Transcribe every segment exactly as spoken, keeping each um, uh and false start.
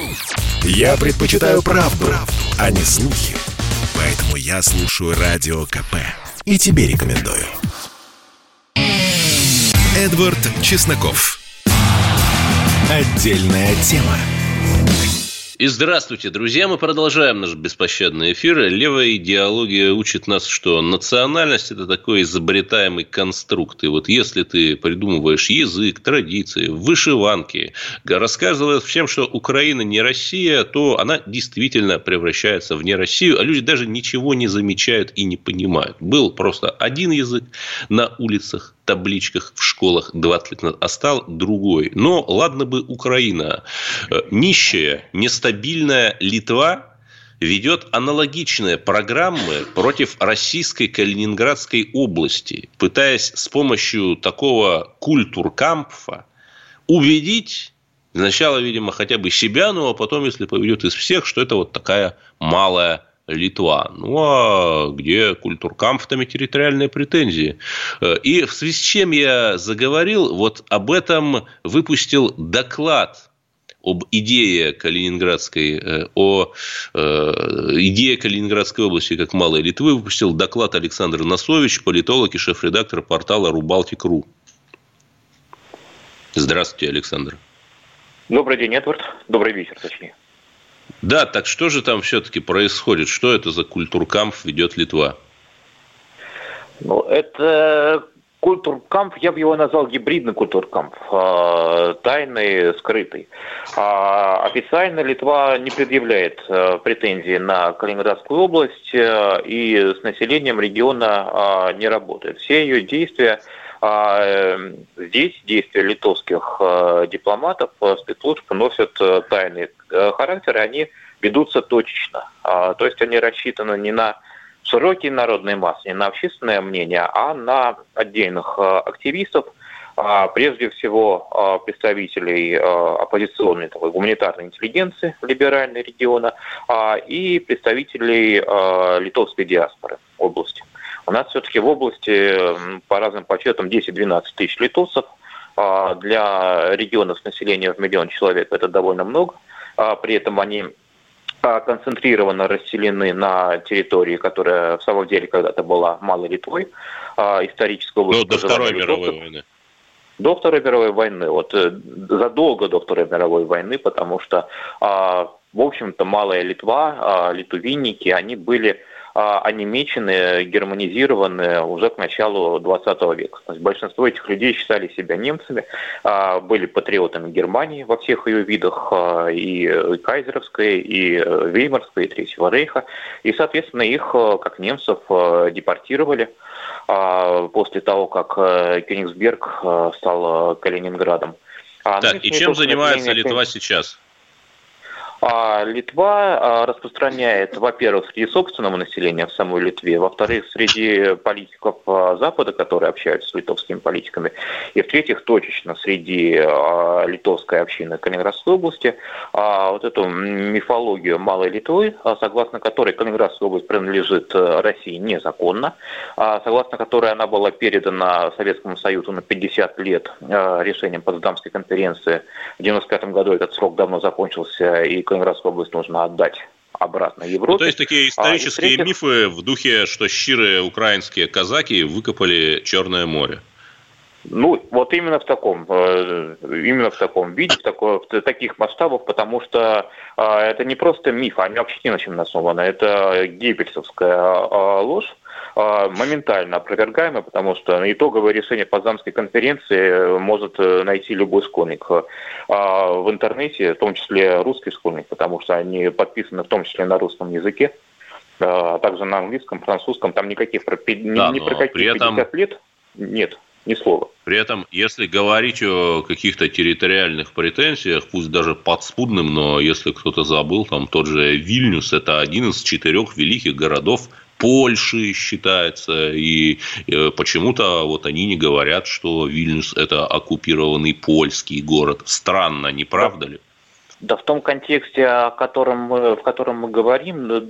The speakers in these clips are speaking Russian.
Я предпочитаю правду, правду, а не слухи. Поэтому я слушаю Радио КП. И тебе рекомендую. Эдвард Чесноков. Отдельная тема. И здравствуйте, друзья! Мы продолжаем наш беспощадный эфир. Левая идеология учит нас, что национальность – это такой изобретаемый конструкт. И вот если ты придумываешь язык, традиции, вышиванки, рассказывая всем, что Украина не Россия, то она действительно превращается в не Россию, а люди даже ничего не замечают и не понимают. Был просто один язык на улицах, табличках в школах двадцать лет назад, а стал другой. Но ладно бы Украина. Нищая, нестабильная Литва ведет аналогичные программы против российской Калининградской области, пытаясь с помощью такого культуркампфа убедить сначала, видимо, хотя бы себя, ну а потом, если поведет из всех, что это вот такая малая Литва. Ну, а где культуркампфтами территориальные претензии? И в связи с чем я заговорил, вот об этом выпустил доклад об идее Калининградской, о э, идее Калининградской области как малой Литвы, выпустил доклад Александр Носович, политолог и шеф-редактор портала Рубалтик.ру. Здравствуйте, Александр. Добрый день, Эдвард. Добрый вечер, точнее. Да, так что же там все-таки происходит? Что это за культуркампф ведет Литва? Ну, это культуркампф, я бы его назвал гибридный культуркампф, тайный, скрытый. Официально Литва не предъявляет претензий на Калининградскую область и с населением региона не работает. Все ее действия, здесь действия литовских дипломатов, спецслужб носят тайный характер, и они ведутся точечно. То есть они рассчитаны не на широкие народные массы, не на общественное мнение, а на отдельных активистов, прежде всего представителей оппозиционной такой, гуманитарной интеллигенции либеральной региона и представителей литовской диаспоры области. У нас все-таки в области, по разным подсчетам, десять-двенадцать тысяч литовцев. Для регионов с населением в миллион человек это довольно много. При этом они концентрированно расселены на территории, которая в самом деле когда-то была Малой Литвой, исторической области. До, до Второй мировой войны. До Второй мировой войны, вот задолго до Второй мировой войны, потому что, в общем-то, Малая Литва, литувинники, они были онемечены, германизированы уже к началу двадцатого века. То есть большинство этих людей считали себя немцами, были патриотами Германии во всех ее видах, и кайзеровской, и веймарской, и Третьего рейха. И, соответственно, их, как немцев, депортировали после того, как Кёнигсберг стал Калининградом. Так, и чем занимается Литва сейчас? Литва распространяет, во-первых, среди собственного населения в самой Литве, во-вторых, среди политиков Запада, которые общаются с литовскими политиками, и, в-третьих, точечно среди литовской общины Калининградской области, вот эту мифологию Малой Литвы, согласно которой Калининградская область принадлежит России незаконно, согласно которой она была передана Советскому Союзу на пятьдесят лет решением Потсдамской конференции. В девяносто пятом году этот срок давно закончился, и Калининградскую область нужно отдать обратно Европе. Ну, то есть такие исторические а, мифы в духе, что щирые украинские казаки выкопали Черное море. Ну, вот именно в таком, именно в таком виде, в, такой, в таких масштабах, потому что это не просто миф, они вообще ни на чем основаны, это геббельсовская ложь, моментально опровергаемое, потому что итоговое решение Потсдамской конференции может найти любой школьник в интернете, в том числе русский школьник, потому что они подписаны в том числе на русском языке, а также на английском, французском, там никаких да, ни, ни про какие пятьдесят лет нет. Ни слова. При этом, если говорить о каких-то территориальных претензиях, пусть даже подспудным, но если кто-то забыл, там тот же Вильнюс, это один из четырех великих городов Польши считается, и почему-то вот они не говорят, что Вильнюс – это оккупированный польский город. Странно, не правда ли? Да, в том контексте, о котором мы, в котором мы говорим,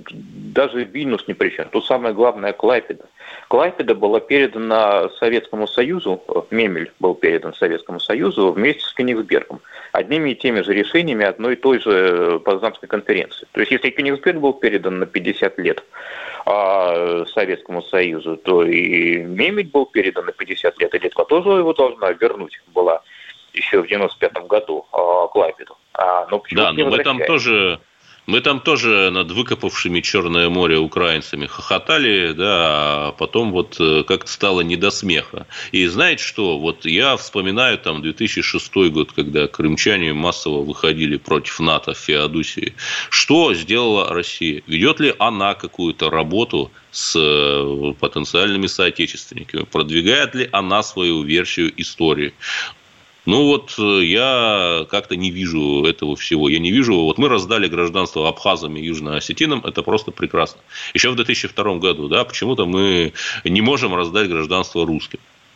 даже Вильнюс ни при чем. Тут самое главное Клайпеда. Клайпеда была передана Советскому Союзу, Мемель был передан Советскому Союзу вместе с Кёнигсбергом. Одними и теми же решениями одной и той же Потсдамской конференции. То есть, если Кёнигсберг был передан на пятьдесят лет а, Советскому Союзу, то и Мемель был передан на пятьдесят лет, и Литва тоже его должна вернуть была еще в девяносто пятом году а, Клайпеду. А, но да, но мы там тоже... Мы там тоже над выкопавшими Черное море украинцами хохотали, да, а потом вот как-то стало не до смеха. И знаете что, вот я вспоминаю там две тысячи шестой год, когда крымчане массово выходили против НАТО в Феодосии. Что сделала Россия? Ведет ли она какую-то работу с потенциальными соотечественниками? Продвигает ли она свою версию истории? Ну, вот я как-то не вижу этого всего. Я не вижу... Вот мы раздали гражданство абхазам и южноосетинам. Это просто прекрасно. Еще в две тысячи втором году, да, почему-то мы не можем раздать гражданство русским.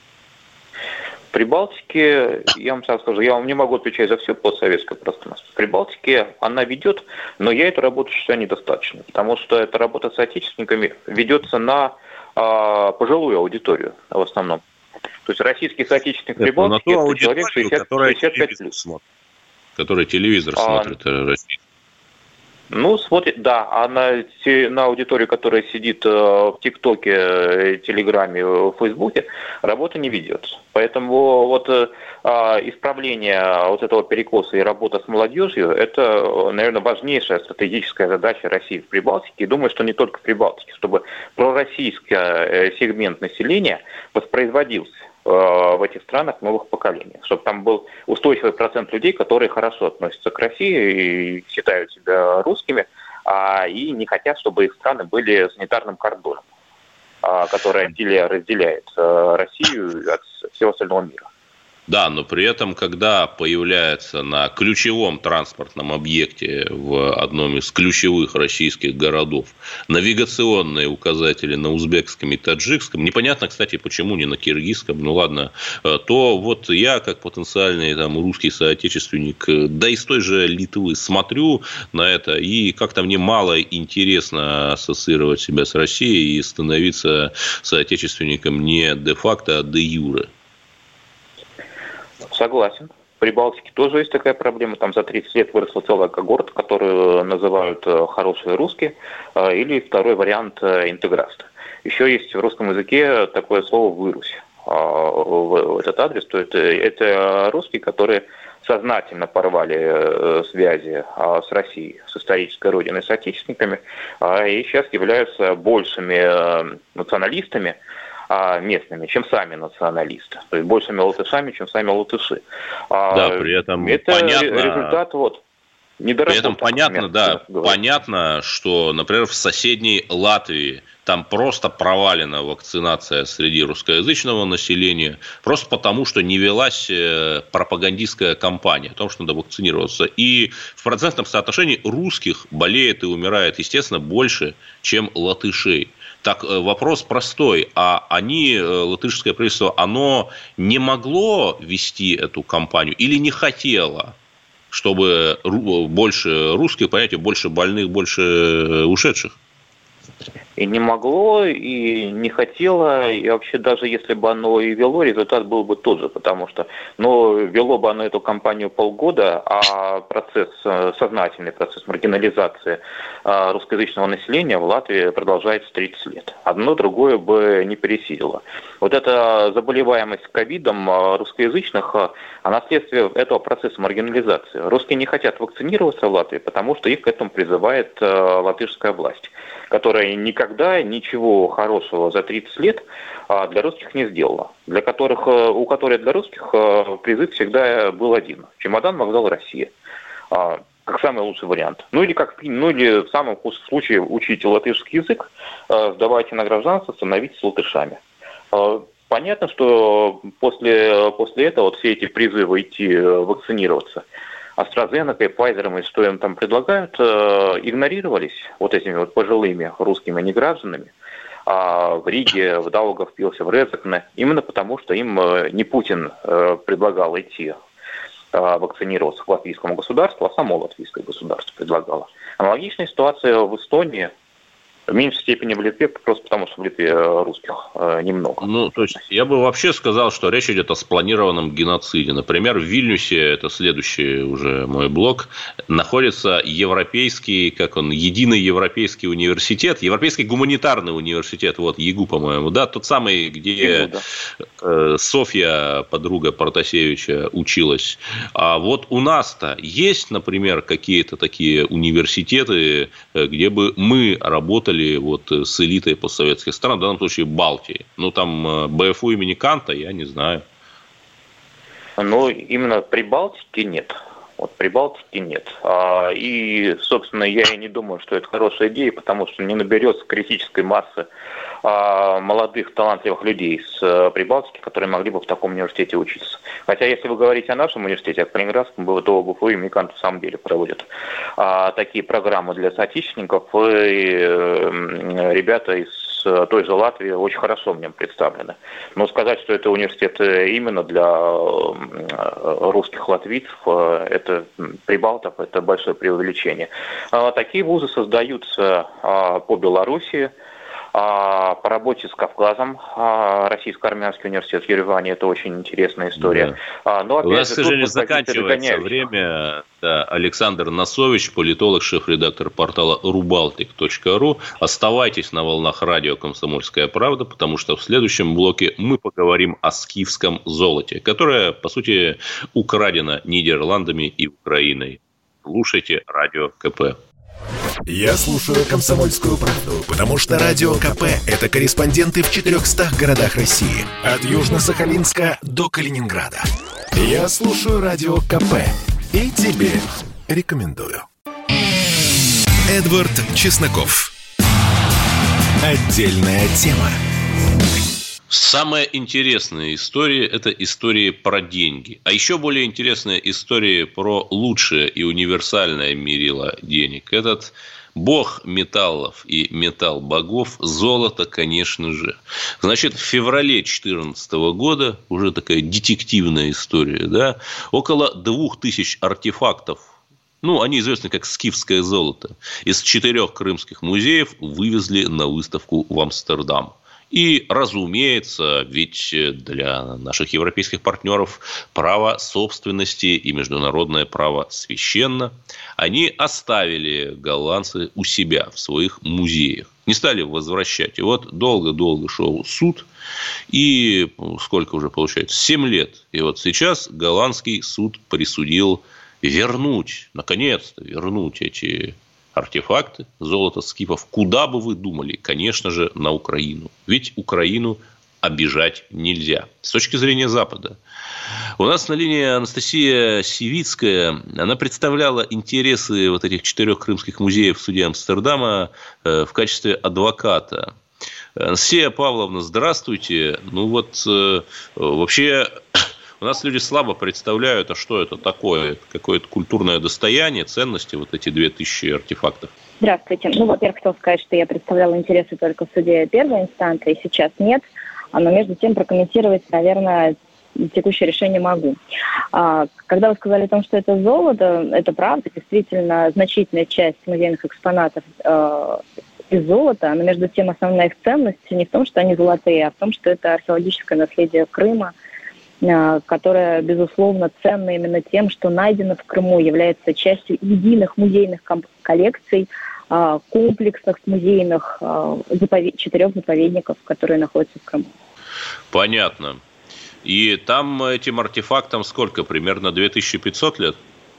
В Прибалтике, я вам сразу скажу, я вам не могу отвечать за все постсоветское пространство. В Прибалтике она ведет, но я эту работу считаю недостаточной. Потому что эта работа с соотечественниками ведется на а, пожилую аудиторию в основном. То есть российский соотечественник Прибалтики – это человек шестьдесят, шестьдесят пять плюс. Который телевизор смотрит, а, российский. Ну, смотрит, да, а на, на аудиторию, которая сидит в ТикТоке, Телеграме, в Фейсбуке, работа не ведется. Поэтому вот а, исправление вот этого перекоса и работа с молодежью – это, наверное, важнейшая стратегическая задача России в Прибалтике. И думаю, что не только в Прибалтике, чтобы пророссийский сегмент населения воспроизводился в этих странах новых поколений, чтобы там был устойчивый процент людей, которые хорошо относятся к России и считают себя русскими, а, и не хотят, чтобы их страны были санитарным кордоном, а, который разделяет а, Россию от всего остального мира. Да, но при этом, когда появляется на ключевом транспортном объекте в одном из ключевых российских городов навигационные указатели на узбекском и таджикском, непонятно, кстати, почему не на киргизском, ну ладно, то вот я, как потенциальный там русский соотечественник, да и с той же Литвы, смотрю на это, и как-то мне мало интересно ассоциировать себя с Россией и становиться соотечественником не де-факто, а де-юре. Согласен. В Прибалтике тоже есть такая проблема. Там за тридцать лет выросла целая когорта, которую называют хорошие русские, или второй вариант интеграста. Еще есть в русском языке такое слово «вырусь» в этот адрес. То есть это русские, которые сознательно порвали связи с Россией, с исторической родиной, с отечественниками, и сейчас являются большими националистами, местными, чем сами националисты. То есть большими латышами, чем сами латыши. Да, при этом это понятно... результат вот При этом понятно, да, понятно, что, например, в соседней Латвии там просто провалена вакцинация среди русскоязычного населения, просто потому, что не велась пропагандистская кампания о том, что надо вакцинироваться. И в процентном соотношении русских болеет и умирает, естественно, больше, чем латышей. Так вопрос простой, а они, латышское правительство, оно не могло вести эту кампанию или не хотело, чтобы больше русских, понятие, больше больных, больше ушедших? И не могло, и не хотело, и вообще даже если бы оно и вело, результат был бы тот же, потому что, ну, вело бы оно эту кампанию полгода, а процесс, сознательный процесс маргинализации русскоязычного населения в Латвии продолжается тридцать лет. Одно другое бы не пересилило. Вот эта заболеваемость ковидом русскоязычных, она следствие этого процесса маргинализации. Русские не хотят вакцинироваться в Латвии, потому что их к этому призывает латышская власть, которая никогда ничего хорошего за тридцать лет для русских не сделала, для которых, у которой для русских призыв всегда был один. Чемодан, вокзал, Россия. Как самый лучший вариант. Ну или, как, ну или в самом худшем случае учите латышский язык, сдавайте на гражданство, становитесь латышами. Понятно, что после, после этого вот все эти призывы идти вакцинироваться AstraZeneca и Pfizer, и что им там предлагают, игнорировались вот этими вот пожилыми русскими негражданами в Риге, в Даугавпилсе, в Резекне, именно потому, что им не Путин предлагал идти вакцинироваться к латвийскому государству, а само латвийское государство предлагало. Аналогичная ситуация в Эстонии, В меньшей степени в Литве, просто потому что в Литве русских э, немного. Ну, то есть, я бы вообще сказал, что речь идет о спланированном геноциде. Например, в Вильнюсе, это следующий уже мой блог, находится европейский, как он, единый европейский университет, европейский гуманитарный университет, вот, ЕГУ, по-моему, да, тот самый, где ЕГУ, да. э, Софья, подруга Протасевича, училась. А вот у нас-то есть, например, какие-то такие университеты, где бы мы работали вот с элитой постсоветских стран, в данном случае Балтии. Ну, там БФУ имени Канта, я не знаю. Ну, именно при Балтике нет. Вот при Балтике нет. А, и, собственно, я и не думаю, что это хорошая идея, потому что не наберется критической массы а, молодых, талантливых людей с а, Прибалтики, которые могли бы в таком университете учиться. Хотя, если вы говорите о нашем университете, о Калининградском, то БФУ имени Канта в самом деле проводят а, такие программы для соотечественников, и э, ребята из той же Латвии очень хорошо в нем представлены. Но сказать, что это университет именно для русских латвийцев, это прибалтов, это большое преувеличение. Такие вузы создаются по Белоруссии, по работе с Кавказом, Российско-Армянский университет в Ереване, это очень интересная история. Да. Но, опять У нас, же, к сожалению, заканчивается время. Да, Александр Носович, политолог, шеф-редактор портала рубалтик точка ру. Оставайтесь на волнах радио «Комсомольская правда», потому что в следующем блоке мы поговорим о скифском золоте, которое, по сути, украдено Нидерландами и Украиной. Слушайте радио КП. Я слушаю «Комсомольскую правду», потому что радио КП – это корреспонденты в четырехстах городах России. От Южно-Сахалинска до Калининграда. Я слушаю радио КП и тебе рекомендую. Эдвард Чесноков. Отдельная тема. Самая интересная история – это истории про деньги. А еще более интересная история про лучшее и универсальное мерило денег. Этот бог металлов и металл богов – золото, конечно же. Значит, в феврале две тысячи четырнадцатого года, уже такая детективная история, да, около двух тысяч артефактов, ну, они известны как скифское золото, из четырех крымских музеев вывезли на выставку в Амстердам. И, разумеется, ведь для наших европейских партнеров право собственности и международное право священно, они оставили голландцы у себя в своих музеях, не стали возвращать. И вот долго-долго шел суд, и сколько уже получается? семь лет. И вот сейчас голландский суд присудил вернуть, наконец-то вернуть эти артефакты, золото скифов, куда бы вы думали? Конечно же, на Украину. Ведь Украину обижать нельзя. С точки зрения Запада. У нас на линии Анастасия Сивицкая. Она представляла интересы вот этих четырех крымских музеев в суде Амстердама в качестве адвоката. Анастасия Павловна, здравствуйте. Ну вот, вообще... У нас люди слабо представляют, а что это такое, какое-то культурное достояние, ценности, вот эти две тысячи артефактов. Здравствуйте. Ну, во-первых, хотел сказать, что я представляла интересы только в суде первой инстанции, сейчас нет, но между тем прокомментировать, наверное, текущее решение могу. Когда вы сказали о том, что это золото, это правда, действительно, значительная часть музейных экспонатов из золота, но между тем основная их ценность не в том, что они золотые, а в том, что это археологическое наследие Крыма, которая, безусловно, ценна именно тем, что найдено в Крыму, является частью единых музейных коллекций, комплексных музейных заповед... четырех заповедников, которые находятся в Крыму. Понятно. И там этим артефактам сколько? Примерно две тысячи пятьсот лет?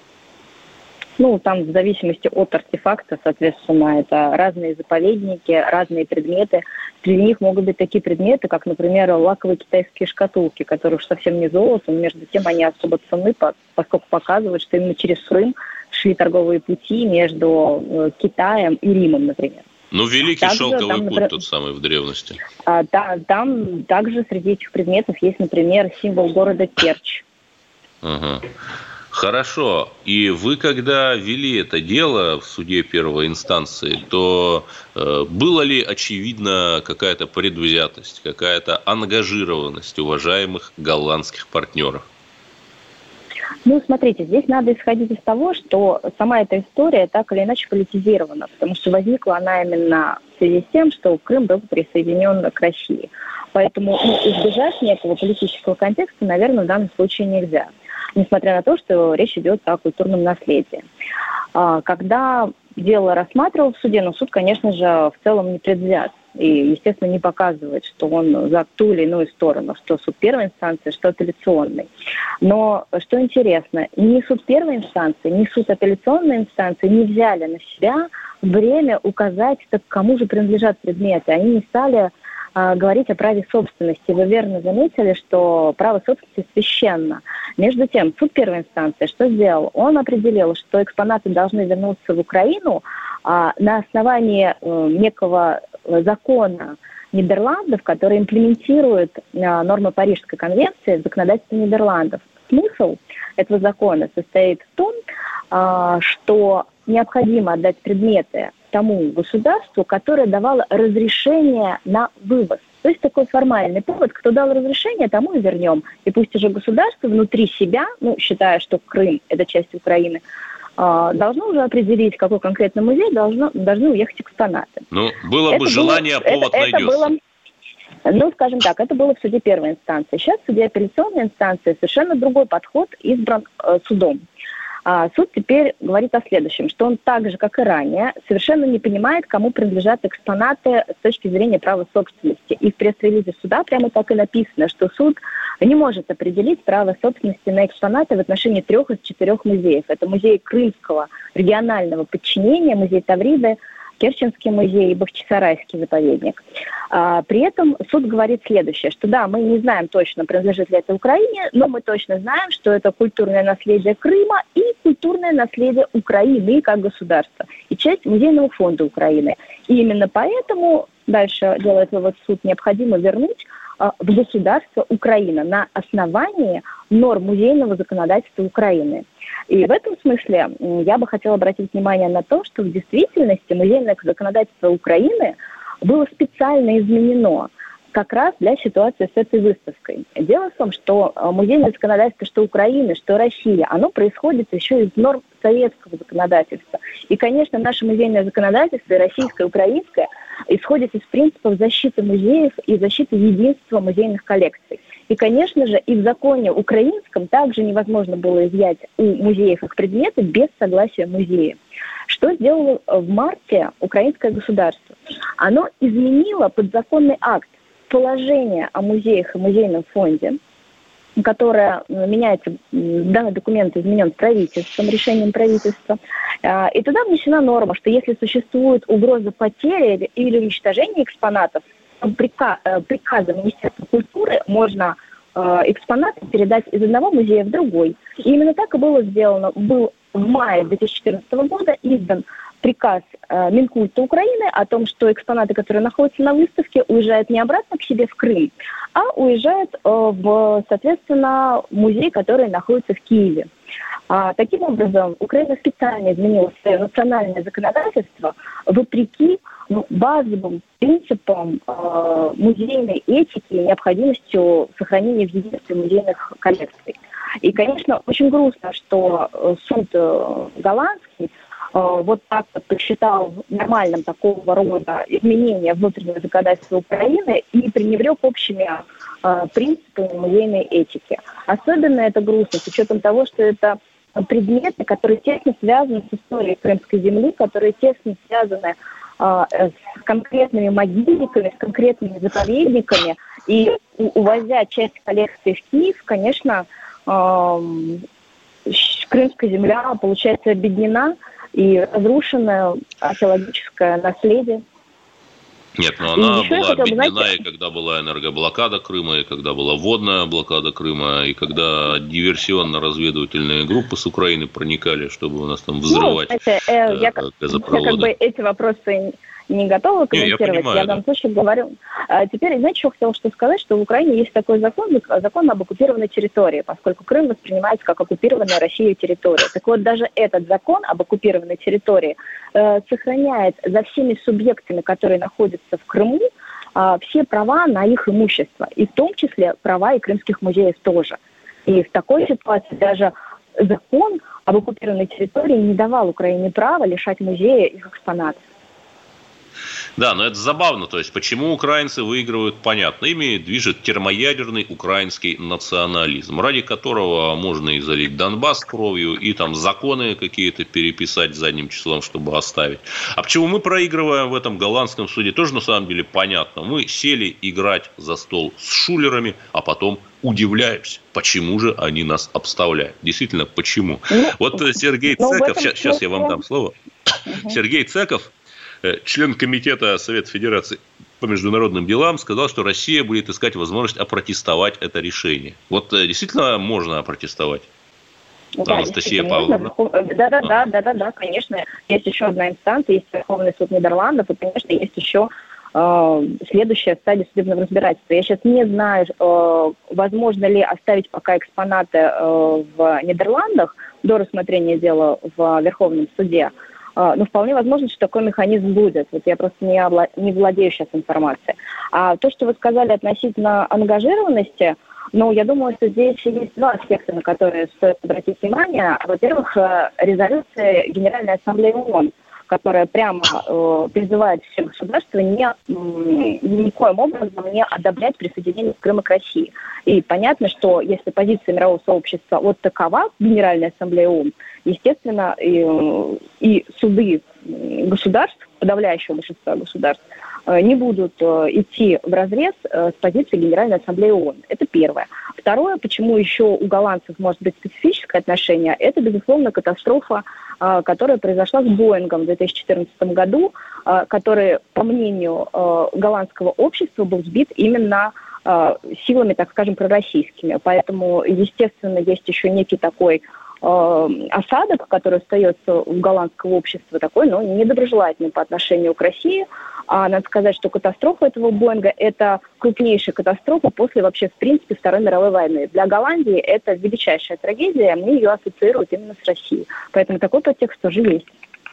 Ну, там в зависимости от артефакта, соответственно, это разные заповедники, разные предметы. Среди них могут быть такие предметы, как, например, лаковые китайские шкатулки, которые уж совсем не золото, но между тем они особо ценны, поскольку показывают, что именно через Крым шли торговые пути между Китаем и Римом, например. Ну, Великий также, шелковый там, путь например, тот самый в древности. А, да, там также среди этих предметов есть, например, символ города Керчь. Ага. Хорошо. И вы, когда вели это дело в суде первой инстанции, то э, было ли очевидно какая-то предвзятость, какая-то ангажированность уважаемых голландских партнеров? Ну, смотрите, здесь надо исходить из того, что сама эта история так или иначе политизирована, потому что возникла она именно в связи с тем, что Крым был присоединен к России. Поэтому ну, избежать некого политического контекста, наверное, в данном случае нельзя, несмотря на то, что речь идет о культурном наследии. Когда дело рассматривал в суде, но суд, конечно же, в целом не предвзят. И, естественно, не показывает, что он за ту или иную сторону, что суд первой инстанции, что апелляционный. Но, что интересно, ни суд первой инстанции, ни суд апелляционной инстанции не взяли на себя время указать, так кому же принадлежат предметы. Они не стали а, говорить о праве собственности. Вы верно заметили, что право собственности священно. Между тем, суд первой инстанции что сделал? Он определил, что экспонаты должны вернуться в Украину а, на основании а, некого закона Нидерландов, который имплементирует а, нормы Парижской конвенции в законодательство Нидерландов. Смысл этого закона состоит в том, а, что необходимо отдать предметы тому государству, которое давало разрешение на вывоз. То есть такой формальный повод, кто дал разрешение, тому и вернем. И пусть уже государство внутри себя, ну, считая, что Крым – это часть Украины, должно уже определить, в какой конкретно музей должно, должны уехать экспонаты. Ну, было это бы желание, было, повод это, найдется. Это было, ну, скажем так, это было в суде первой инстанции. Сейчас в суде апелляционной инстанции совершенно другой подход избран э, судом. А суд теперь говорит о следующем, что он так же, как и ранее, совершенно не понимает, кому принадлежат экспонаты с точки зрения права собственности. И в пресс-релизе суда прямо так и написано, что суд не может определить право собственности на экспонаты в отношении трех из четырех музеев. Это музей Крымского регионального подчинения, музей Тавриды, Керченский музей и Бахчисарайский заповедник. А, при этом суд говорит следующее, что да, мы не знаем точно, принадлежит ли это Украине, но мы точно знаем, что это культурное наследие Крыма и культурное наследие Украины как государства, и часть музейного фонда Украины. И именно поэтому, дальше делает вывод суд, необходимо вернуть а, в государство Украина на основании норм музейного законодательства Украины. И в этом смысле я бы хотела обратить внимание на то, что в действительности музейное законодательство Украины было специально изменено как раз для ситуации с этой выставкой. Дело в том, что музейное законодательство что Украины, что России, оно происходит еще из норм советского законодательства. И, конечно, наше музейное законодательство, и российское, и украинское, исходит из принципов защиты музеев и защиты единства музейных коллекций. И, конечно же, и в законе украинском также невозможно было изъять у музеев их предметы без согласия музея. Что сделало в марте украинское государство? Оно изменило подзаконный акт положение о музеях и музейном фонде, которое меняется, данный документ изменен правительством, решением правительства, и туда внесена норма, что если существует угроза потери или уничтожения экспонатов, приказом Министерства культуры можно экспонаты передать из одного музея в другой. И именно так и было сделано. Был в мае две тысячи четырнадцатого года издан приказ э, Минкульта Украины о том, что экспонаты, которые находятся на выставке, уезжают не обратно к себе в Крым, а уезжают, э, в, соответственно, музей, который находится в Киеве. А, таким образом, Украина специально изменила свое национальное законодательство вопреки ну, базовым принципам э, музейной этики и необходимостью сохранения в единстве музейных коллекций. И, конечно, очень грустно, что э, суд э, голландский вот так вот посчитал нормальным такого рода изменения внутреннего законодательства Украины и пренебрег общими э, принципами музейной этики. Особенно это грустно с учетом того, что это предметы, которые тесно связаны с историей Крымской земли, которые тесно связаны э, с конкретными могильниками, с конкретными заповедниками. И увозя часть коллекции в Киев, конечно, э, Крымская земля, получается, обеднена и разрушенное археологическое наследие. Нет, но она и была объединена, знаете... и когда была энергоблокада Крыма, и когда была водная блокада Крыма, и когда диверсионно-разведывательные группы с Украины проникали, чтобы у нас там взрывать ну, знаете, э, э, я, газопроводы. Я как бы эти вопросы не готова комментировать. Не, я, понимаю, я в данном да. случае говорю. А теперь, знаете, что хотела что сказать, что в Украине есть такой закон, закон об оккупированной территории, поскольку Крым воспринимается как оккупированная Россией территория. Так вот, даже этот закон об оккупированной территории э, сохраняет за всеми субъектами, которые находятся в Крыму, э, все права на их имущество, и в том числе права и крымских музеев тоже. И в такой ситуации даже закон об оккупированной территории не давал Украине права лишать музея их экспонатов. Да, но это забавно. То есть, почему украинцы выигрывают, понятно. Ими движет термоядерный украинский национализм, ради которого можно и залить Донбасс кровью, и там законы какие-то переписать задним числом, чтобы оставить. А почему мы проигрываем в этом голландском суде, тоже на самом деле понятно. Мы сели играть за стол с шулерами, а потом удивляемся, почему же они нас обставляют. Действительно, почему? Ну, вот Сергей Цеков, сейчас, сейчас я вам дам слово. Угу. Сергей Цеков, член комитета Совета Федерации по международным делам, сказал, что Россия будет искать возможность опротестовать это решение. Вот действительно можно опротестовать? Да, Анастасия Павловна. Да, да, да, да, да, да, конечно. Есть еще одна инстанция, есть Верховный суд Нидерландов, и, конечно, есть еще э, следующая стадия судебного разбирательства. Я сейчас не знаю, э, возможно ли оставить пока экспонаты э, в Нидерландах до рассмотрения дела в Верховном суде. Но вполне возможно, что такой механизм будет. Вот я просто не, обла... не владею сейчас информацией. А то, что вы сказали относительно ангажированности, ну, я думаю, что здесь есть два аспекта, на которые стоит обратить внимание. Во-первых, резолюция Генеральной Ассамблеи ООН, которая прямо э, призывает все государства не, никоим образом не одобрять присоединение Крыма к России. И понятно, что если позиция мирового сообщества вот такова, Генеральная Ассамблея ООН, естественно, и, и суды государств, подавляющего большинства государств, не будут идти вразрез с позицией Генеральной Ассамблеи ООН. Это первое. Второе, почему еще у голландцев может быть специфическое отношение, это, безусловно, катастрофа, которая произошла с Боингом в две тысячи четырнадцатом году, который, по мнению голландского общества, был сбит именно силами, так скажем, пророссийскими. Поэтому, естественно, есть еще некий такой осадок, который остается у голландского общества, такой, но недоброжелательный по отношению к России. А надо сказать, что катастрофа этого Боинга – это крупнейшая катастрофа после вообще, в принципе, Второй мировой войны. Для Голландии это величайшая трагедия, они ее ассоциируют именно с Россией. Поэтому такой подтекст тоже есть.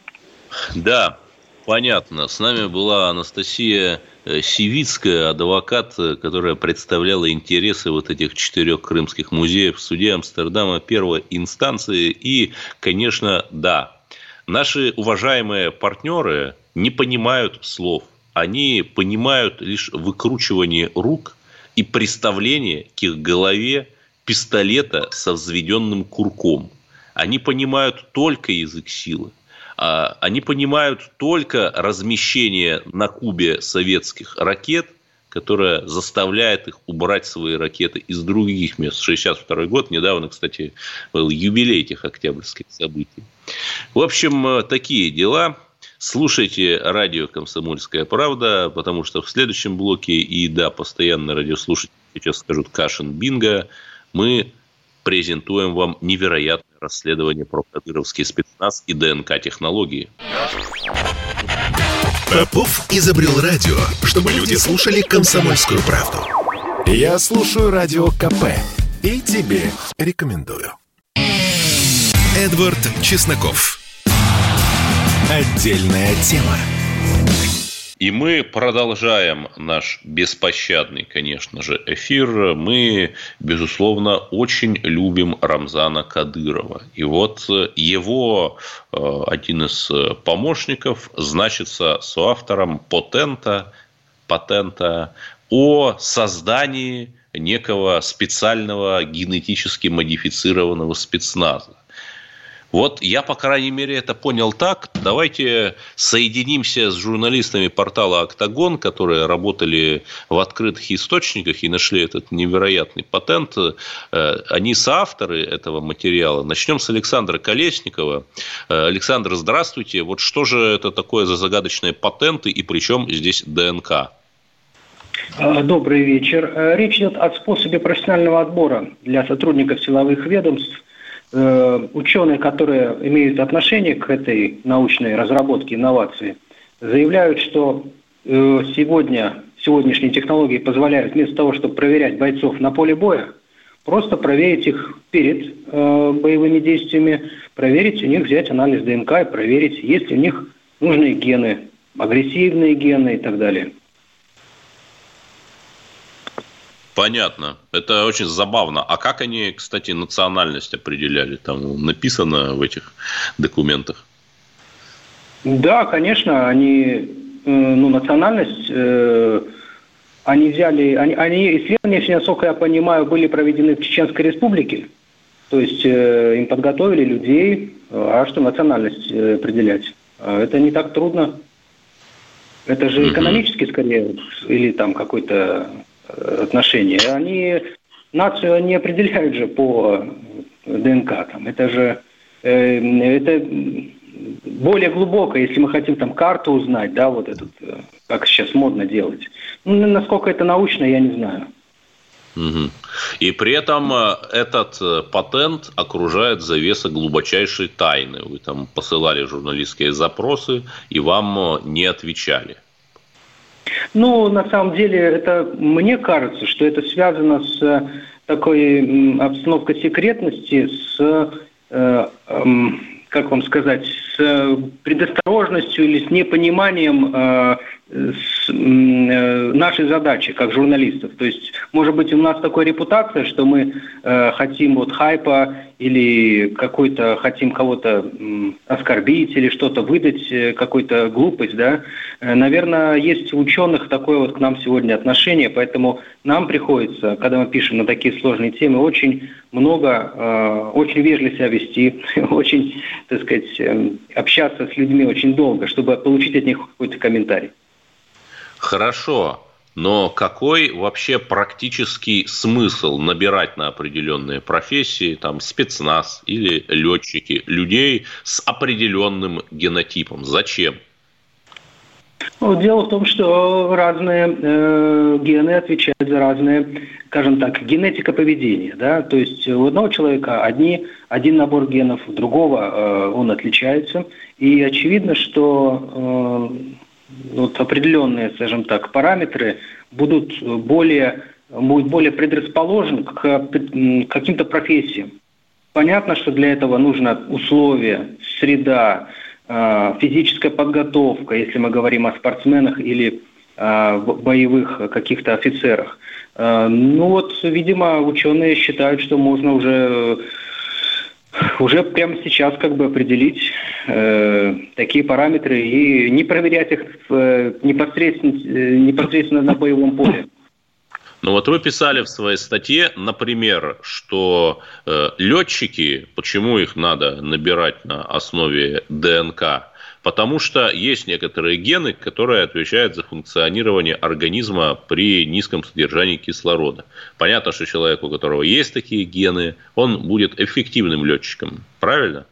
Да, понятно. С нами была Анастасия Сивицкая, адвокат, которая представляла интересы вот этих четырех крымских музеев в суде Амстердама первой инстанции. И, конечно, да, наши уважаемые партнеры не понимают слов. Они понимают лишь выкручивание рук и приставление к их голове пистолета со взведенным курком. Они понимают только язык силы. Они понимают только размещение на Кубе советских ракет, которое заставляет их убрать свои ракеты из других мест. шестьдесят второй год, недавно, кстати, был юбилей этих октябрьских событий. В общем, такие дела. Слушайте радио «Комсомольская правда», потому что в следующем блоке, и да, постоянно радиослушатели сейчас скажут «Кашин-бинго», мы презентуем вам невероятное расследование про кадыровский спецназ и ДНК-технологии. Попов изобрел радио, чтобы люди слушали «Комсомольскую правду». Я слушаю радио КП и тебе рекомендую. Эдвард Чесноков. Отдельная тема. И мы продолжаем наш беспощадный, конечно же, эфир. Мы, безусловно, очень любим Рамзана Кадырова. И вот его один из помощников значится соавтором патента, патента о создании некого специального генетически модифицированного спецназа. Вот я, по крайней мере, это понял так. Давайте соединимся с журналистами портала «Октагон», которые работали в открытых источниках и нашли этот невероятный патент. Они соавторы этого материала. Начнем с Александра Колесникова. Александр, здравствуйте. Вот что же это такое за загадочные патенты и при чем здесь ДНК? Добрый вечер. Речь идет о способе профессионального отбора для сотрудников силовых ведомств. Ученые, которые имеют отношение к этой научной разработке, инновации, заявляют, что сегодня, сегодняшние технологии позволяют вместо того, чтобы проверять бойцов на поле боя, просто проверить их перед э, боевыми действиями, проверить у них, взять анализ ДНК и проверить, есть ли у них нужные гены, агрессивные гены и так далее. Понятно. Это очень забавно. А как они, кстати, национальность определяли? Там написано в этих документах? Да, конечно, они, ну, национальность, э, они взяли, они, они исследования, если насколько я понимаю, были проведены в Чеченской Республике. То есть э, им подготовили людей, а что национальность э, определять? Это не так трудно. Это же экономически, скорее, или там какое-то отношение. Они нацию не определяют же по ДНК. Там. Это же э, это более глубоко, если мы хотим там карту узнать, да, вот этот, как сейчас модно делать. Ну, насколько это научно, я не знаю. Угу. И при этом этот патент окружает завеса глубочайшей тайны. Вы там посылали журналистские запросы, и вам не отвечали. Ну, на самом деле, это мне кажется, что это связано с такой обстановкой секретности, с, э, э, как вам сказать, с предосторожностью или с непониманием э, с, э, нашей задачи как журналистов. То есть, может быть, у нас такая репутация, что мы э, хотим вот хайпа или какой-то хотим кого-то э, оскорбить или что-то выдать, э, какую-то глупость, да. Э, наверное, есть у ученых такое вот к нам сегодня отношение, поэтому нам приходится, когда мы пишем на такие сложные темы, очень много, э, очень вежливо себя вести, очень, так сказать, э, общаться с людьми очень долго, чтобы получить от них какой-то комментарий. Хорошо, но какой вообще практический смысл набирать на определенные профессии, там, спецназ или летчики, людей с определенным генотипом? Зачем? Ну, дело в том, что разные э, гены отвечают за разные, скажем так, генетика поведения. Да? То есть у одного человека одни, один набор генов, у другого э, он отличается. И очевидно, что э, вот определенные, скажем так, параметры будут более, будут более предрасположены к каким-то профессиям. Понятно, что для этого нужно условия, среда, физическая подготовка, если мы говорим о спортсменах или боевых каких-то офицерах. Ну вот, видимо, ученые считают, что можно уже, уже прямо сейчас как бы определить э, такие параметры и не проверять их э, непосредственно, э, непосредственно на боевом поле. Ну вот вы писали в своей статье, например, что э, летчики, почему их надо набирать на основе ДНК? Потому что есть некоторые гены, которые отвечают за функционирование организма при низком содержании кислорода. Понятно, что человек, у которого есть такие гены, он будет эффективным летчиком. Правильно?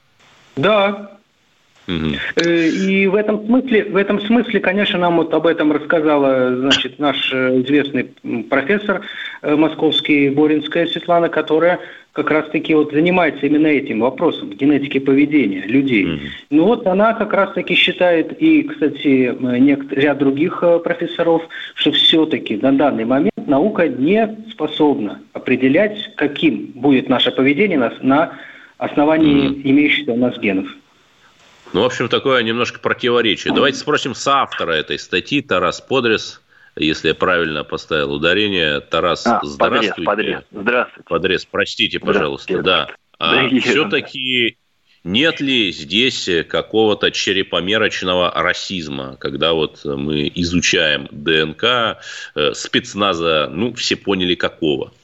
Да. Угу. И в этом смысле, в этом смысле, конечно, нам вот об этом рассказала, значит, наш известный профессор московский Боринская Светлана, которая как раз-таки вот занимается именно этим вопросом генетики поведения людей. Mm-hmm. Ну вот она как раз-таки считает, и, кстати, ряд других профессоров, что все-таки на данный момент наука не способна определять, каким будет наше поведение на, на основании mm-hmm. имеющихся у нас генов. Ну, в общем, такое немножко противоречие. Давайте спросим соавтора этой статьи, Тарас Подрез, если я правильно поставил ударение. Тарас, а, здравствуйте. Подрез, здравствуйте. Подрез, простите, пожалуйста. Да. А все-таки нет ли здесь какого-то черепомерочного расизма, когда вот мы изучаем ДНК спецназа, ну, все поняли, какого?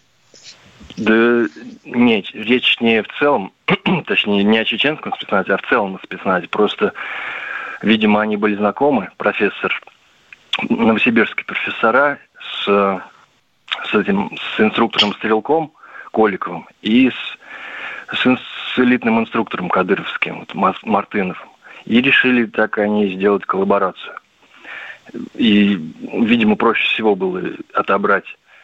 Да нет, речь не в целом, точнее, не о чеченском спецназе, а в целом о спецназе. Просто, видимо, они были знакомы, профессор, новосибирские профессора, с, с этим, с инструктором-стрелком Коликовым и с, с, с элитным инструктором кадыровским, вот, Мартыновым. И решили так они сделать коллаборацию. И, видимо, проще всего было отобрать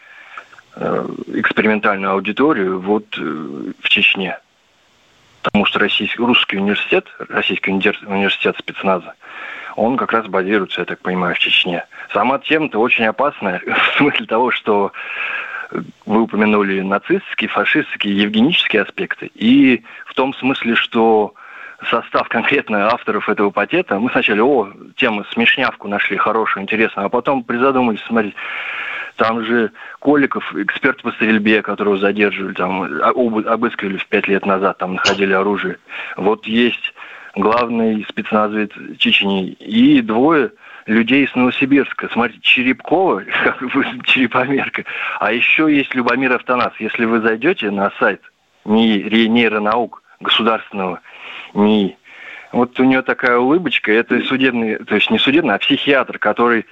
экспериментальную аудиторию вот в Чечне. Потому что российский, русский университет, российский университет спецназа, он как раз базируется, я так понимаю, в Чечне. Сама тема-то очень опасная, в смысле того, что вы упомянули нацистские, фашистские, евгенические аспекты, и в том смысле, что состав конкретно авторов этого патента, мы сначала, о, тему смешнявку нашли хорошую, интересную, а потом призадумались, смотрите, Там же Коликов, эксперт по стрельбе, которого задерживали, там, обыскивали в пять лет назад, там находили оружие. Вот есть главный спецназовец Чечни и двое людей из Новосибирска. Смотрите, Черепкова, как бы черепомерка. А еще есть Любомир Автонас. Если вы зайдете на сайт НИИ нейронаук государственного НИИ, вот у него такая улыбочка, это судебный, то есть не судебный, а психиатр, который,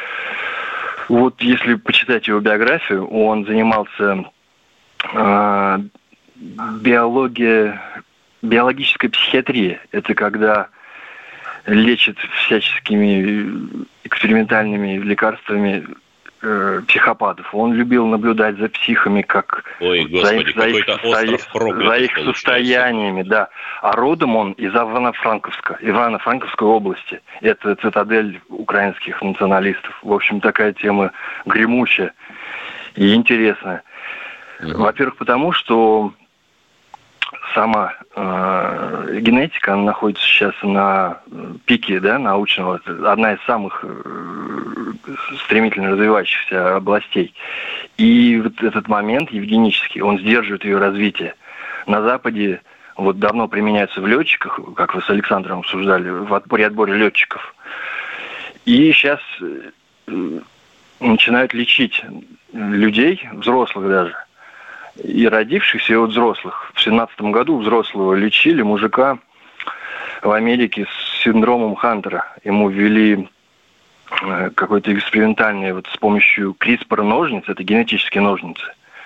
вот если почитать его биографию, он занимался э, биология, биологической психиатрией. Это когда лечат всяческими экспериментальными лекарствами э, психопатов. Он любил наблюдать за психами, как Ой, за Господи, их, за их, остров проклятых, за их получается. состояниями, да. А родом он из Ивано-Франковска, Ивано-Франковской области. Это цитадель украинских националистов. В общем, такая тема гремучая и интересная. Mm-hmm. Во-первых, потому что сама э, генетика, она находится сейчас на пике, да, научного, одна из самых э, стремительно развивающихся областей. И вот этот момент евгенический, он сдерживает ее развитие. На Западе вот давно применяется в летчиках, как вы с Александром обсуждали, в отборе, отборе летчиков. И сейчас э, начинают лечить людей, взрослых даже, и родившихся, и от взрослых. В семнадцатом году взрослого лечили мужика в Америке с синдромом Хантера. Ему ввели какой-то экспериментальный, вот с помощью CRISPR-ножниц, это генетические ножницы,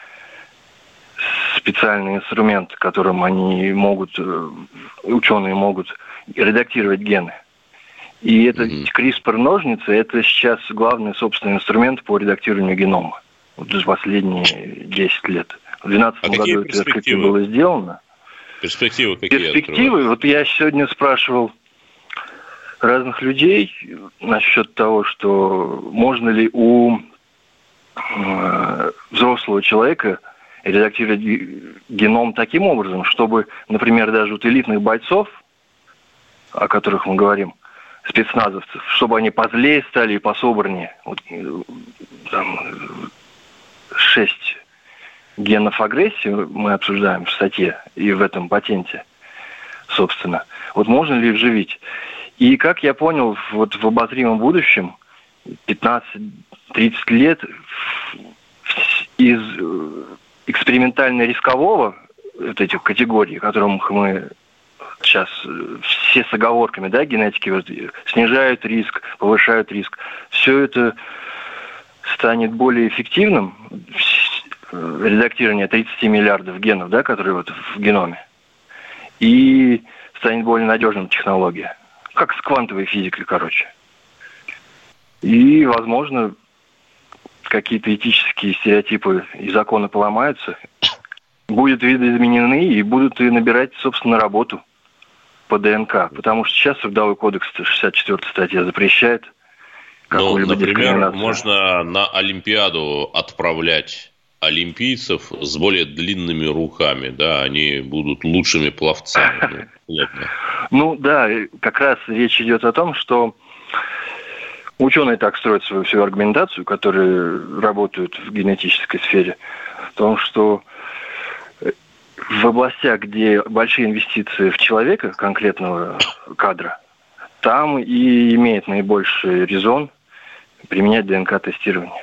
специальный инструмент, которым они могут, ученые могут редактировать гены. И это mm-hmm. CRISPR-ножницы, это сейчас главный собственный инструмент по редактированию генома. Вот за последние десять лет. В две тысячи двенадцатом а году это открытие было сделано. Перспективы какие? Перспективы, вот я сегодня спрашивал разных людей насчет того, что можно ли у э, взрослого человека редактировать геном таким образом, чтобы, например, даже вот элитных бойцов, о которых мы говорим, спецназовцев, чтобы они позлее стали и пособраннее. Вот, там, шесть генов агрессии мы обсуждаем в статье и в этом патенте, собственно. Вот можно ли вживить? И, как я понял, вот в обозримом будущем, пятнадцать-тридцать лет, из экспериментально-рискового вот этих категорий, которых мы сейчас все с оговорками, да, генетики вот, снижают риск, повышают риск, все это станет более эффективным, редактирование тридцать миллиардов генов, да, которые вот в геноме, и станет более надежным технология. Как с квантовой физикой, короче. И, возможно, какие-то этические стереотипы и законы поломаются, будут видоизменены и будут и набирать, собственно, работу по ДНК. Потому что сейчас Трудовой кодекс шестьдесят четвёртая статья запрещает какую-либо ну, например, дискриминацию. Можно на Олимпиаду отправлять олимпийцев с более длинными руками, да, они будут лучшими пловцами. Ну, ну да, как раз речь идет о том, что ученые так строят свою всю аргументацию, которые работают в генетической сфере, в том, что в областях, где большие инвестиции в человека, конкретного кадра, там и имеет наибольший резон применять ДНК-тестирование.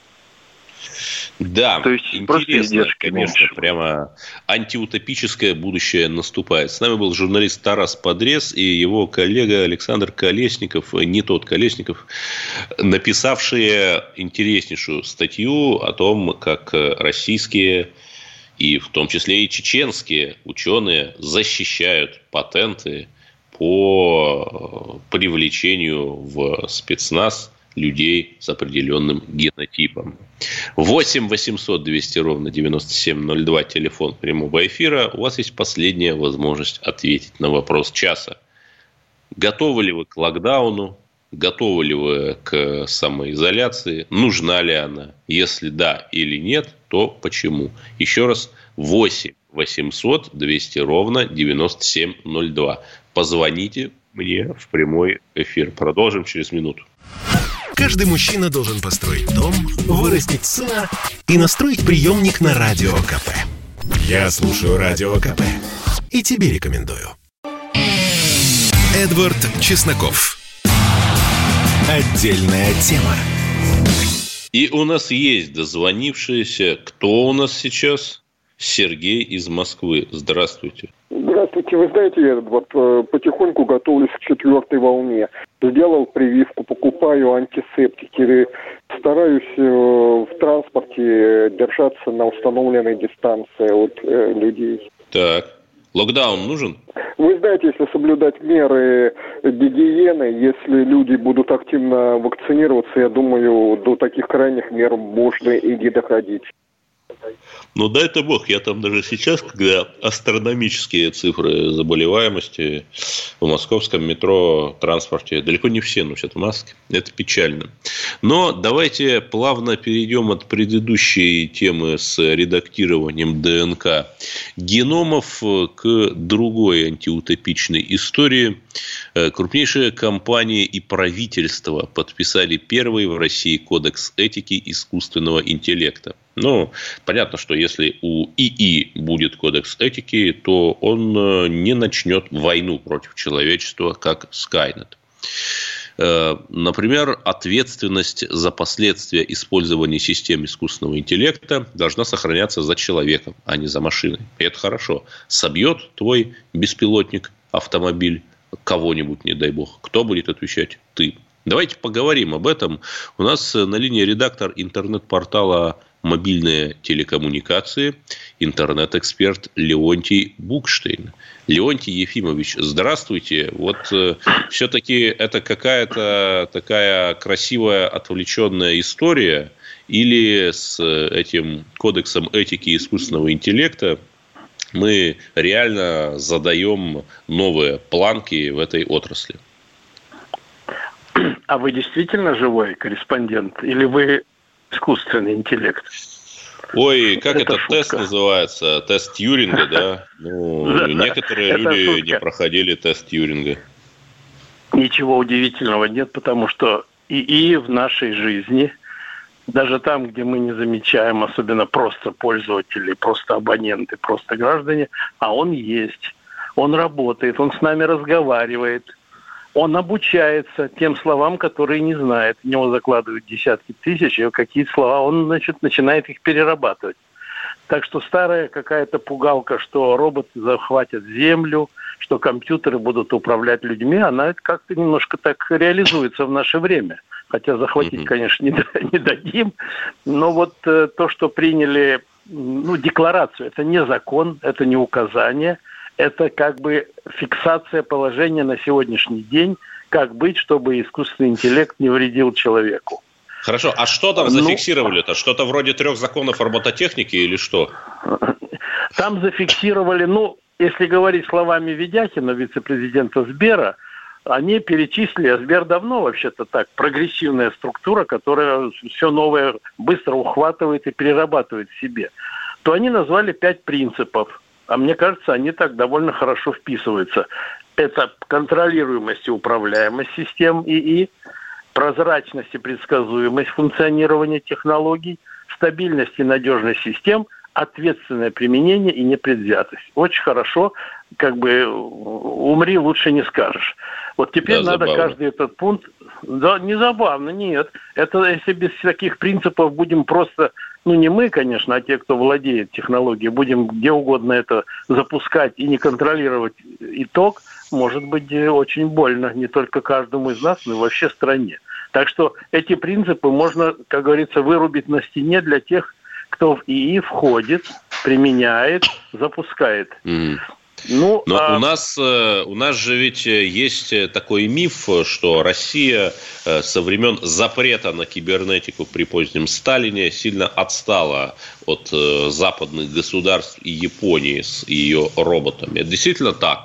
Да, то есть интересно, конечно, меньше. Прямо антиутопическое будущее наступает. С нами был журналист Тарас Подрез и его коллега Александр Колесников, не тот Колесников, написавшие интереснейшую статью о том, как российские и в том числе и чеченские ученые защищают патенты по привлечению в спецназ людей с определенным генотипом. восемь восемьсот двести ровно девяносто семь ноль два, телефон прямого эфира. У вас есть последняя возможность ответить на вопрос часа. Готовы ли вы к локдауну? Готовы ли вы к самоизоляции? Нужна ли она? Если да или нет, то почему? Еще раз, восемь восемьсот двести ровно девяносто семь ноль два. Позвоните мне в прямой эфир. Продолжим через минуту. Каждый мужчина должен построить дом, вырастить сына и настроить приемник на Радио КП. Я слушаю Радио КП и тебе рекомендую. Эдвард Чесноков. Отдельная тема. И у нас есть дозвонившиеся. Кто у нас сейчас? Сергей из Москвы. Здравствуйте. Здравствуйте. Вы знаете, я вот потихоньку готовлюсь к четвертой волне. Сделал прививку, покупаю антисептики. Стараюсь в транспорте держаться на установленной дистанции от людей. Так. Локдаун нужен? Вы знаете, если соблюдать меры гигиены, если люди будут активно вакцинироваться, я думаю, до таких крайних мер можно и не доходить. Ну, дай-то бог, я там даже сейчас, когда астрономические цифры заболеваемости в московском метро, транспорте, далеко не все носят маски. Это печально. Но давайте плавно перейдем от предыдущей темы с редактированием ДНК геномов к другой антиутопичной истории. Крупнейшие компании и правительства подписали первый в России кодекс этики искусственного интеллекта. Ну, понятно, что если у ИИ будет кодекс этики, то он не начнет войну против человечества, как Скайнет. Например, ответственность за последствия использования систем искусственного интеллекта должна сохраняться за человеком, а не за машиной. И это хорошо. Собьет твой беспилотник, автомобиль, кого-нибудь, не дай бог. Кто будет отвечать? Ты. Давайте поговорим об этом. У нас на линии редактор интернет-портала «Мобильные телекоммуникации», интернет-эксперт Леонтий Букштейн. Леонтий Ефимович, здравствуйте. Вот э, все-таки это какая-то такая красивая отвлеченная история, или с этим кодексом этики искусственного интеллекта мы реально задаем новые планки в этой отрасли? А вы действительно живой корреспондент? Или вы искусственный интеллект? Ой, как это этот тест называется? Тест Тьюринга, да? Ну, некоторые люди не проходили тест Тьюринга. Ничего удивительного нет, потому что ИИ в нашей жизни, даже там, где мы не замечаем, особенно просто пользователи, просто абоненты, просто граждане, а он есть, он работает, он с нами разговаривает. Он обучается тем словам, которые не знает. В него закладывают десятки тысяч, и какие слова он, значит, начинает их перерабатывать. Так что старая какая-то пугалка, что роботы захватят землю, что компьютеры будут управлять людьми, она как-то немножко так реализуется в наше время. Хотя захватить, mm-hmm. конечно, не, не дадим. Но вот э, то, что приняли, ну, декларацию, это не закон, это не указание. Это как бы фиксация положения на сегодняшний день, как быть, чтобы искусственный интеллект не вредил человеку. Хорошо, а что там зафиксировали-то? Ну, что-то вроде трех законов робототехники или что? Там зафиксировали, ну, если говорить словами Ведяхина, вице-президента Сбера, они перечислили, а Сбер давно вообще-то так, прогрессивная структура, которая все новое быстро ухватывает и перерабатывает в себе, то они назвали пять принципов. А мне кажется, они так довольно хорошо вписываются. Это контролируемость и управляемость систем ИИ, прозрачность и предсказуемость функционирования технологий, стабильность и надежность систем, ответственное применение и непредвзятость. Очень хорошо, как бы умри, лучше не скажешь. Вот теперь да, надо забавно. Каждый этот пункт... Да, не забавно, нет. Это если без таких принципов будем просто... Ну, не мы, конечно, а те, кто владеет технологией, будем где угодно это запускать и не контролировать итог, может быть очень больно не только каждому из нас, но и вообще стране. Так что эти принципы можно, как говорится, вырубить на стене для тех, кто в ИИ входит, применяет, запускает. Mm. Ну, Но а... у нас, у нас же ведь есть такой миф, что Россия со времен запрета на кибернетику при позднем Сталине сильно отстала от западных государств и Японии с ее роботами. Это действительно так?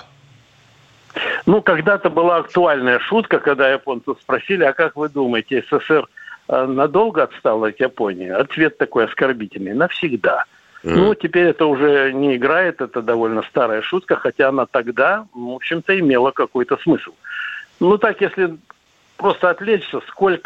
Ну, когда-то была актуальная шутка, когда японцев спросили, а как вы думаете, СССР надолго отстал от Японии? Ответ такой оскорбительный: навсегда. Mm. Ну, теперь это уже не играет, это довольно старая шутка, хотя она тогда, в общем-то, имела какой-то смысл. Ну, так, если просто отвлечься, сколько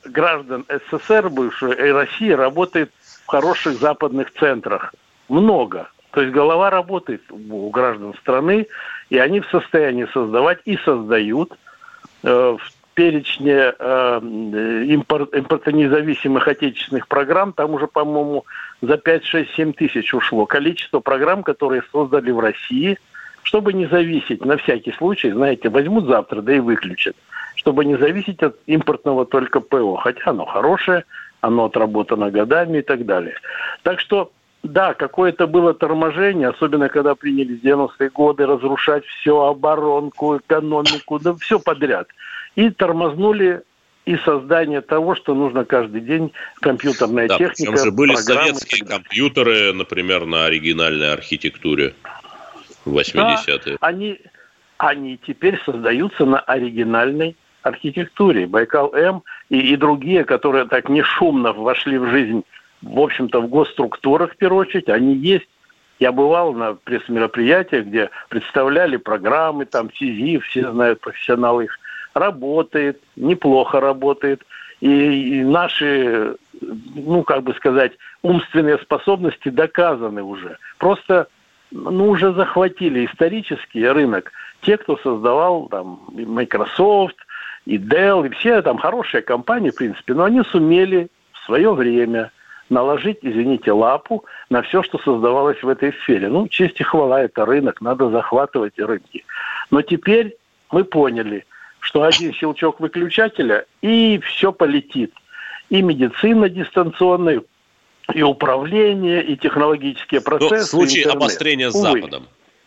граждан СССР бывшей и России работает в хороших западных центрах. Много. То есть голова работает у граждан страны, и они в состоянии создавать и создают э, в перечне э, импорт, импортонезависимых отечественных программ, там уже, по-моему, за пять, шесть, семь тысяч ушло. Количество программ, которые создали в России, чтобы не зависеть, на всякий случай, знаете, возьмут завтра, да и выключат, чтобы не зависеть от импортного только ПО. Хотя оно хорошее, оно отработано годами и так далее. Так что, да, какое-то было торможение, особенно когда принялись в девяностые годы разрушать все, оборонку, экономику, да все подряд. И тормознули и создание того, что нужно каждый день, компьютерная да, техника. Там же были советские компьютеры, например, на оригинальной архитектуре в восьмидесятые. Да, они, они теперь создаются на оригинальной архитектуре. Байкал-М и, и другие, которые так не шумно вошли в жизнь, в общем-то, в госструктурах, в первую очередь, они есть. Я бывал на пресс-мероприятиях, где представляли программы, там СИЗИФ, все знают, профессионалы их. Работает, неплохо работает. И, и наши, ну, как бы сказать, умственные способности доказаны уже. Просто, ну, уже захватили исторический рынок. Те, кто создавал там и Microsoft, и Dell, и все там хорошие компании, в принципе, но они сумели в свое время наложить, извините, лапу на все, что создавалось в этой сфере. Ну, честь и хвала, это рынок, надо захватывать рынки. Но теперь мы поняли, что один щелчок выключателя, и все полетит. И медицина дистанционная, и управление, и технологические процессы. Но в случае интернет. Обострения с увы. Западом.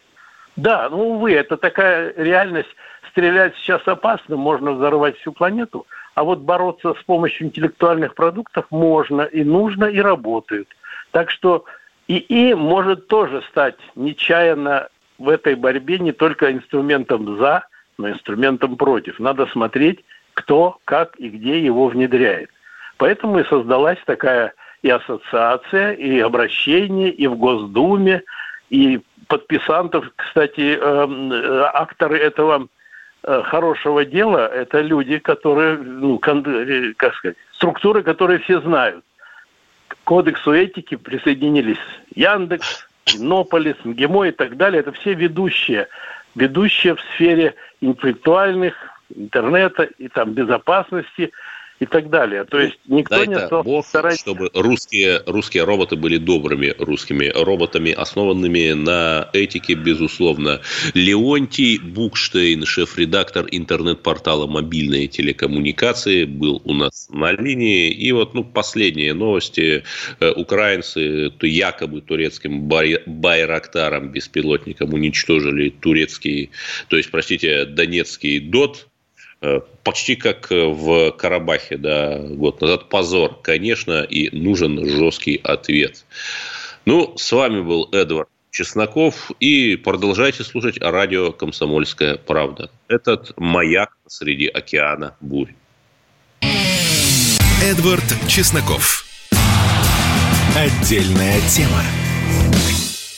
Да, ну, увы, это такая реальность. Стрелять сейчас опасно, можно взорвать всю планету. А вот бороться с помощью интеллектуальных продуктов можно, и нужно, и работает. Так что ИИ может тоже стать нечаянно в этой борьбе не только инструментом «за», но инструментом против. Надо смотреть, кто, как и где его внедряет. Поэтому и создалась такая и ассоциация, и обращение, и в Госдуме, и подписантов, кстати, э, акторы этого э, хорошего дела, это люди, которые, ну, кон- как сказать, структуры, которые все знают. К кодексу этики присоединились Яндекс, Иннополис, МГИМО и так далее. Это все ведущие ведущие в сфере интеллектуальных, интернета и там безопасности и так далее. То есть никто Дай не это стал Бог, стараться... чтобы русские, русские роботы были добрыми русскими роботами, основанными на этике, безусловно. Леонтий Букштейн, шеф-редактор интернет-портала «Мобильные телекоммуникации», был у нас на линии. И вот, ну, последние новости. Украинцы якобы турецким байрактаром, беспилотником, уничтожили турецкий, то есть, простите, донецкий ДОТ. Почти как в Карабахе, да, год назад. Позор, конечно, и нужен жесткий ответ. Ну, с вами был Эдвард Чесноков. И продолжайте слушать радио «Комсомольская правда». Этот маяк среди океана бурь. Эдвард Чесноков. Отдельная тема.